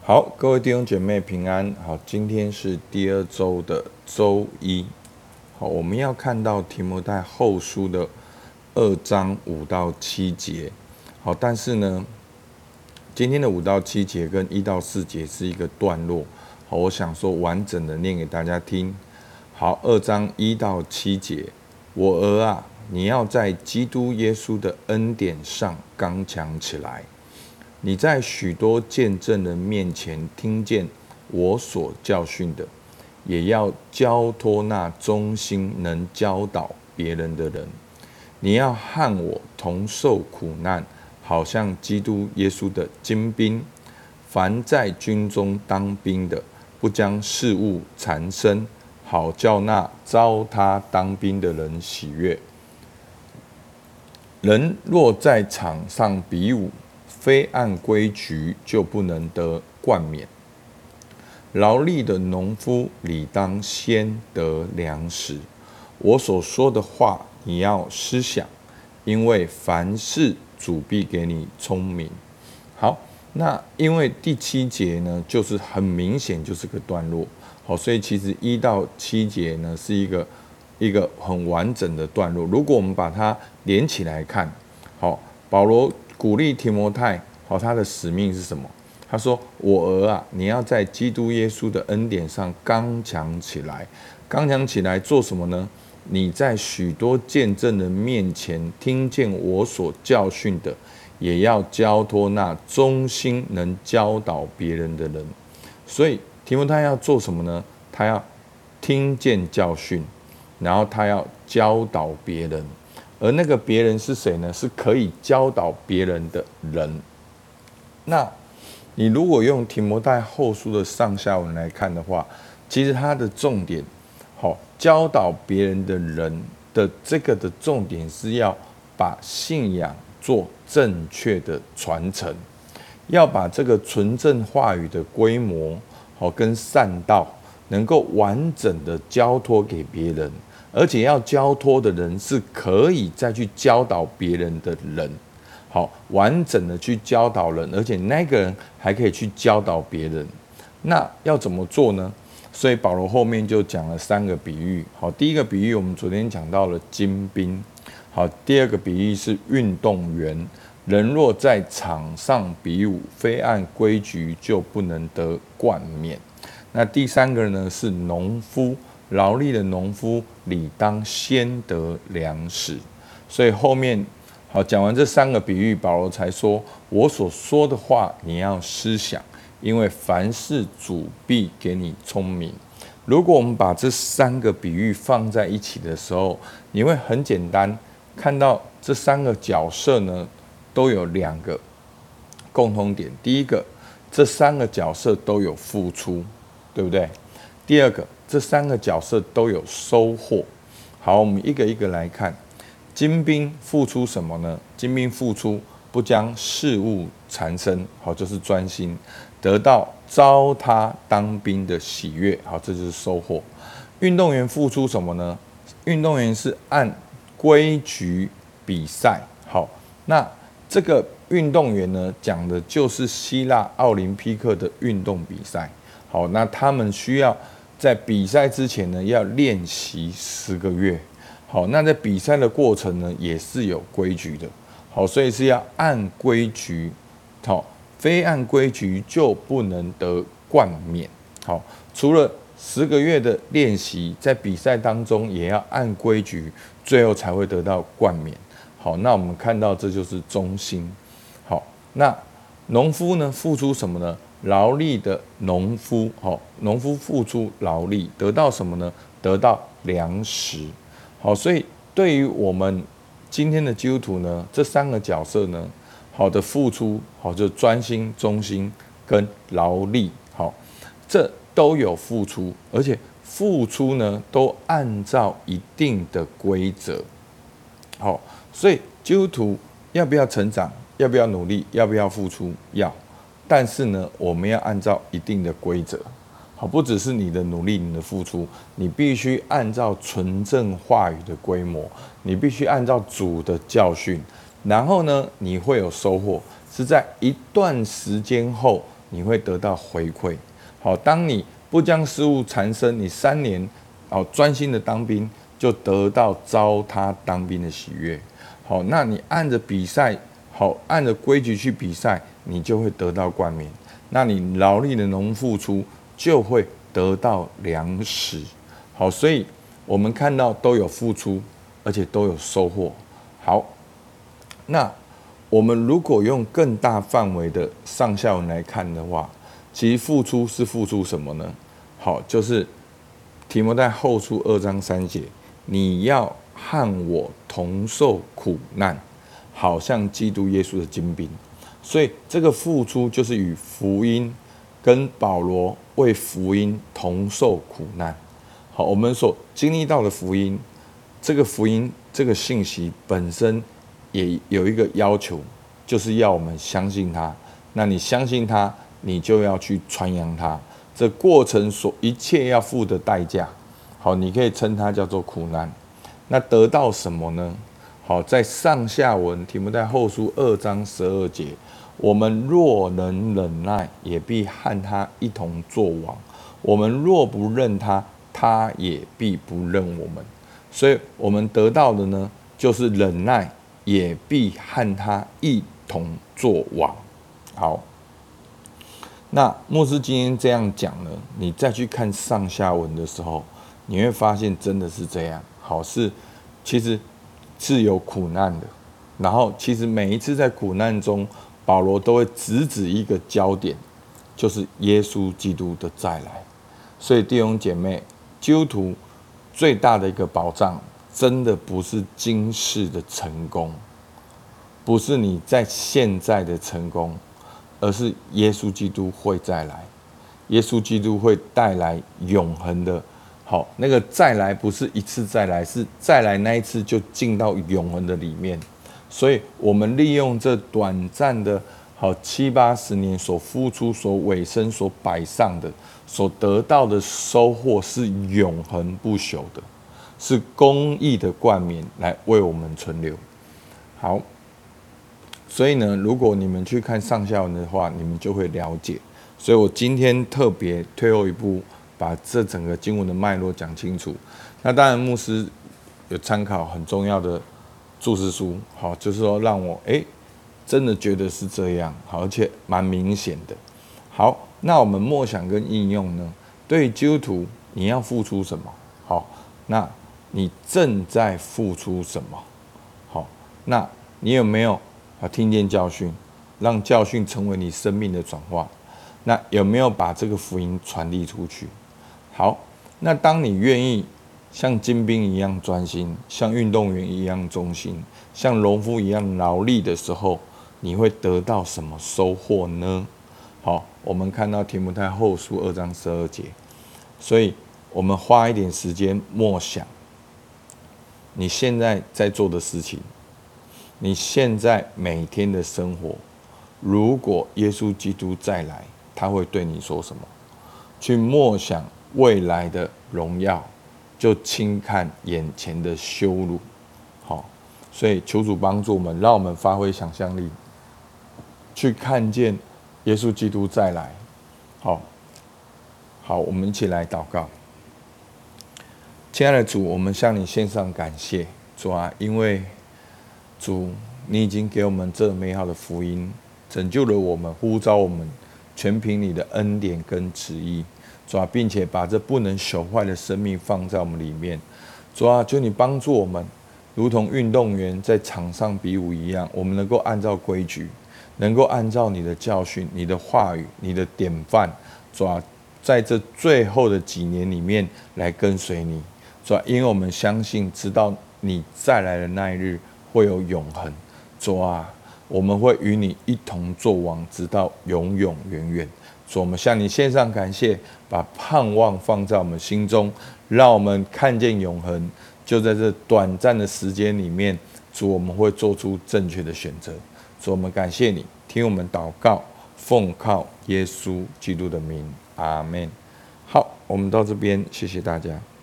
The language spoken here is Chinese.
好，各位弟兄姐妹平安。好，今天是第二周的周一。好，我们要看到提摩太后书的2章5到7节。好，但是呢，今天的5到7节跟1到4节是一个段落。好，我想说完整的念给大家听。好，2章1到7节，我儿啊，你要在基督耶稣的恩典上刚强起来。你在许多见证人面前听见我所教训的，也要交托那忠心能教导别人的人。你要和我同受苦难，好像基督耶稣的精兵。凡在军中当兵的，不将事物缠身，好叫那招他当兵的人喜悦。人若在场上比武，非按规矩就不能得冠冕。劳力的农夫理当先得粮食。我所说的话，你要思想，因为凡事主必给你聪明。好，那因为第7节呢，就是很明显就是个段落。好，所以其实1到7节呢是一个很完整的段落。如果我们把它连起来看，好，保罗鼓励提摩太，好，他的使命是什么？他说：“我儿啊，你要在基督耶稣的恩典上刚强起来。刚强起来做什么呢？你在许多见证人面前听见我所教训的，也要交托那忠心能教导别人的人。”所以提摩太要做什么呢？他要听见教训，然后他要教导别人。而那个别人是谁呢？是可以教导别人的人。那你如果用提摩太后书的上下文来看的话，其实它的重点，教导别人的人的这个的重点是要把信仰做正确的传承，要把这个纯正话语的规模，跟善道能够完整的交托给别人。而且要交托的人是可以再去教导别人的人，好，完整的去教导人，而且那个人还可以去教导别人。那要怎么做呢？所以保罗后面就讲了3个比喻。好，第一个比喻我们昨天讲到了精兵。好，第二个比喻是运动员，人若在场上比武，非按规矩就不能得冠冕。那第3个呢是农夫。劳力的农夫理当先得粮食。所以后面好讲完这3个比喻，保罗才说：“我所说的话，你要思想，因为凡事主必给你聪明。”如果我们把这3个比喻放在一起的时候，你会很简单看到这3个角色呢，都有2个共同点。第一个，这3个角色都有付出，对不对？第二个，这3个角色都有收获。好，我们一个一个来看。精兵付出什么呢？精兵付出不将事物缠身，好，就是专心，得到招他当兵的喜悦，好，这就是收获。运动员付出什么呢？运动员是按规矩比赛，好，那这个运动员呢，讲的就是希腊奥林匹克的运动比赛。好，那他们需要在比赛之前呢，要练习10个月。好，那在比赛的过程呢，也是有规矩的。好，所以是要按规矩。好，非按规矩就不能得冠冕。好，除了10个月的练习，在比赛当中也要按规矩，最后才会得到冠冕。好，那我们看到这就是忠心。好，那农夫呢，付出什么呢？劳力的农夫，农夫付出劳力，得到什么呢？得到粮食。好，所以对于我们今天的基督徒呢，这3个角色呢，好的付出，好就专心、忠心跟劳力，好，这都有付出，而且付出呢都按照一定的规则。好，所以基督徒要不要成长？要不要努力？要不要付出？要。但是呢，我们要按照一定的规则，好，不只是你的努力、你的付出，你必须按照纯正话语的规模，你必须按照主的教训，然后呢，你会有收获，是在一段时间后， 你会得到回馈。好，当你不将私物缠身，你3年专心的当兵，就得到糟蹋当兵的喜悦。好，那你按着比赛，按着规矩去比赛，你就会得到冠冕。那你劳力的农付出，就会得到粮食。好，所以我们看到都有付出，而且都有收获。好，那我们如果用更大范围的上下文来看的话，其实付出是付出什么呢？好，就是提摩太后书2章3节，你要和我同受苦难，好像基督耶稣的精兵。所以这个付出就是与福音跟保罗为福音同受苦难。好，我们所经历到的福音，这个福音这个信息本身也有一个要求，就是要我们相信它。那你相信它，你就要去传扬它。这过程所一切要付的代价，好，你可以称它叫做苦难。那得到什么呢？好，在上下文提摩太后书2章12节，我们若能忍耐，也必和他一同作王；我们若不认他，他也必不认我们。所以，我们得到的呢，就是忍耐，也必和他一同作王。好，那牧师今天这样讲呢，你再去看上下文的时候，你会发现真的是这样。好，其实是有苦难的。然后，其实每一次在苦难中，保罗都会直指一个焦点，就是耶稣基督的再来。所以弟兄姐妹，基督徒最大的一个保障，真的不是今世的成功，不是你在现在的成功，而是耶稣基督会再来。耶稣基督会带来永恒的。好，那个再来不是一次再来，是再来那一次就进到永恒的里面。所以，我们利用这短暂的7、80年所付出、所委身、所摆上的、所得到的收获，是永恒不朽的，是公义的冠冕来为我们存留。好，所以呢，如果你们去看上下文的话，你们就会了解。所以我今天特别退后一步，把这整个经文的脉络讲清楚。那当然，牧师有参考很重要的注释书，好，就是说让我真的觉得是这样，好，而且蛮明显的。好，那我们默想跟应用呢？对于基督徒，你要付出什么？好，那你正在付出什么？好，那你有没有听见教训，让教训成为你生命的转化？那有没有把这个福音传递出去？好，那当你愿意像精兵一样专心，像运动员一样忠心，像农夫一样劳力的时候，你会得到什么收获呢？好，我们看到提摩太后书2章12节，所以我们花一点时间默想，你现在在做的事情，你现在每天的生活，如果耶稣基督再来，他会对你说什么？去默想未来的荣耀，就轻看眼前的羞辱。好，所以求主帮助我们，让我们发挥想象力，去看见耶稣基督再来。好，我们一起来祷告。亲爱的主，我们向你献上感谢，主啊，因为主你已经给我们这美好的福音，拯救了我们，呼召我们，全凭你的恩典跟旨意，主啊，并且把这不能朽坏的生命放在我们里面。主啊，求你帮助我们，如同运动员在场上比武一样，我们能够按照规矩，能够按照你的教训、你的话语、你的典范，主啊，在这最后的几年里面来跟随你。主啊，因为我们相信，直到你再来的那一日会有永恒。主啊，我们会与你一同作王，直到永永远远。主，我们向你献上感谢，把盼望放在我们心中，让我们看见永恒。就在这短暂的时间里面，主，我们会做出正确的选择。主，我们感谢你，听我们祷告，奉靠耶稣基督的名，阿们。好，我们到这边，谢谢大家。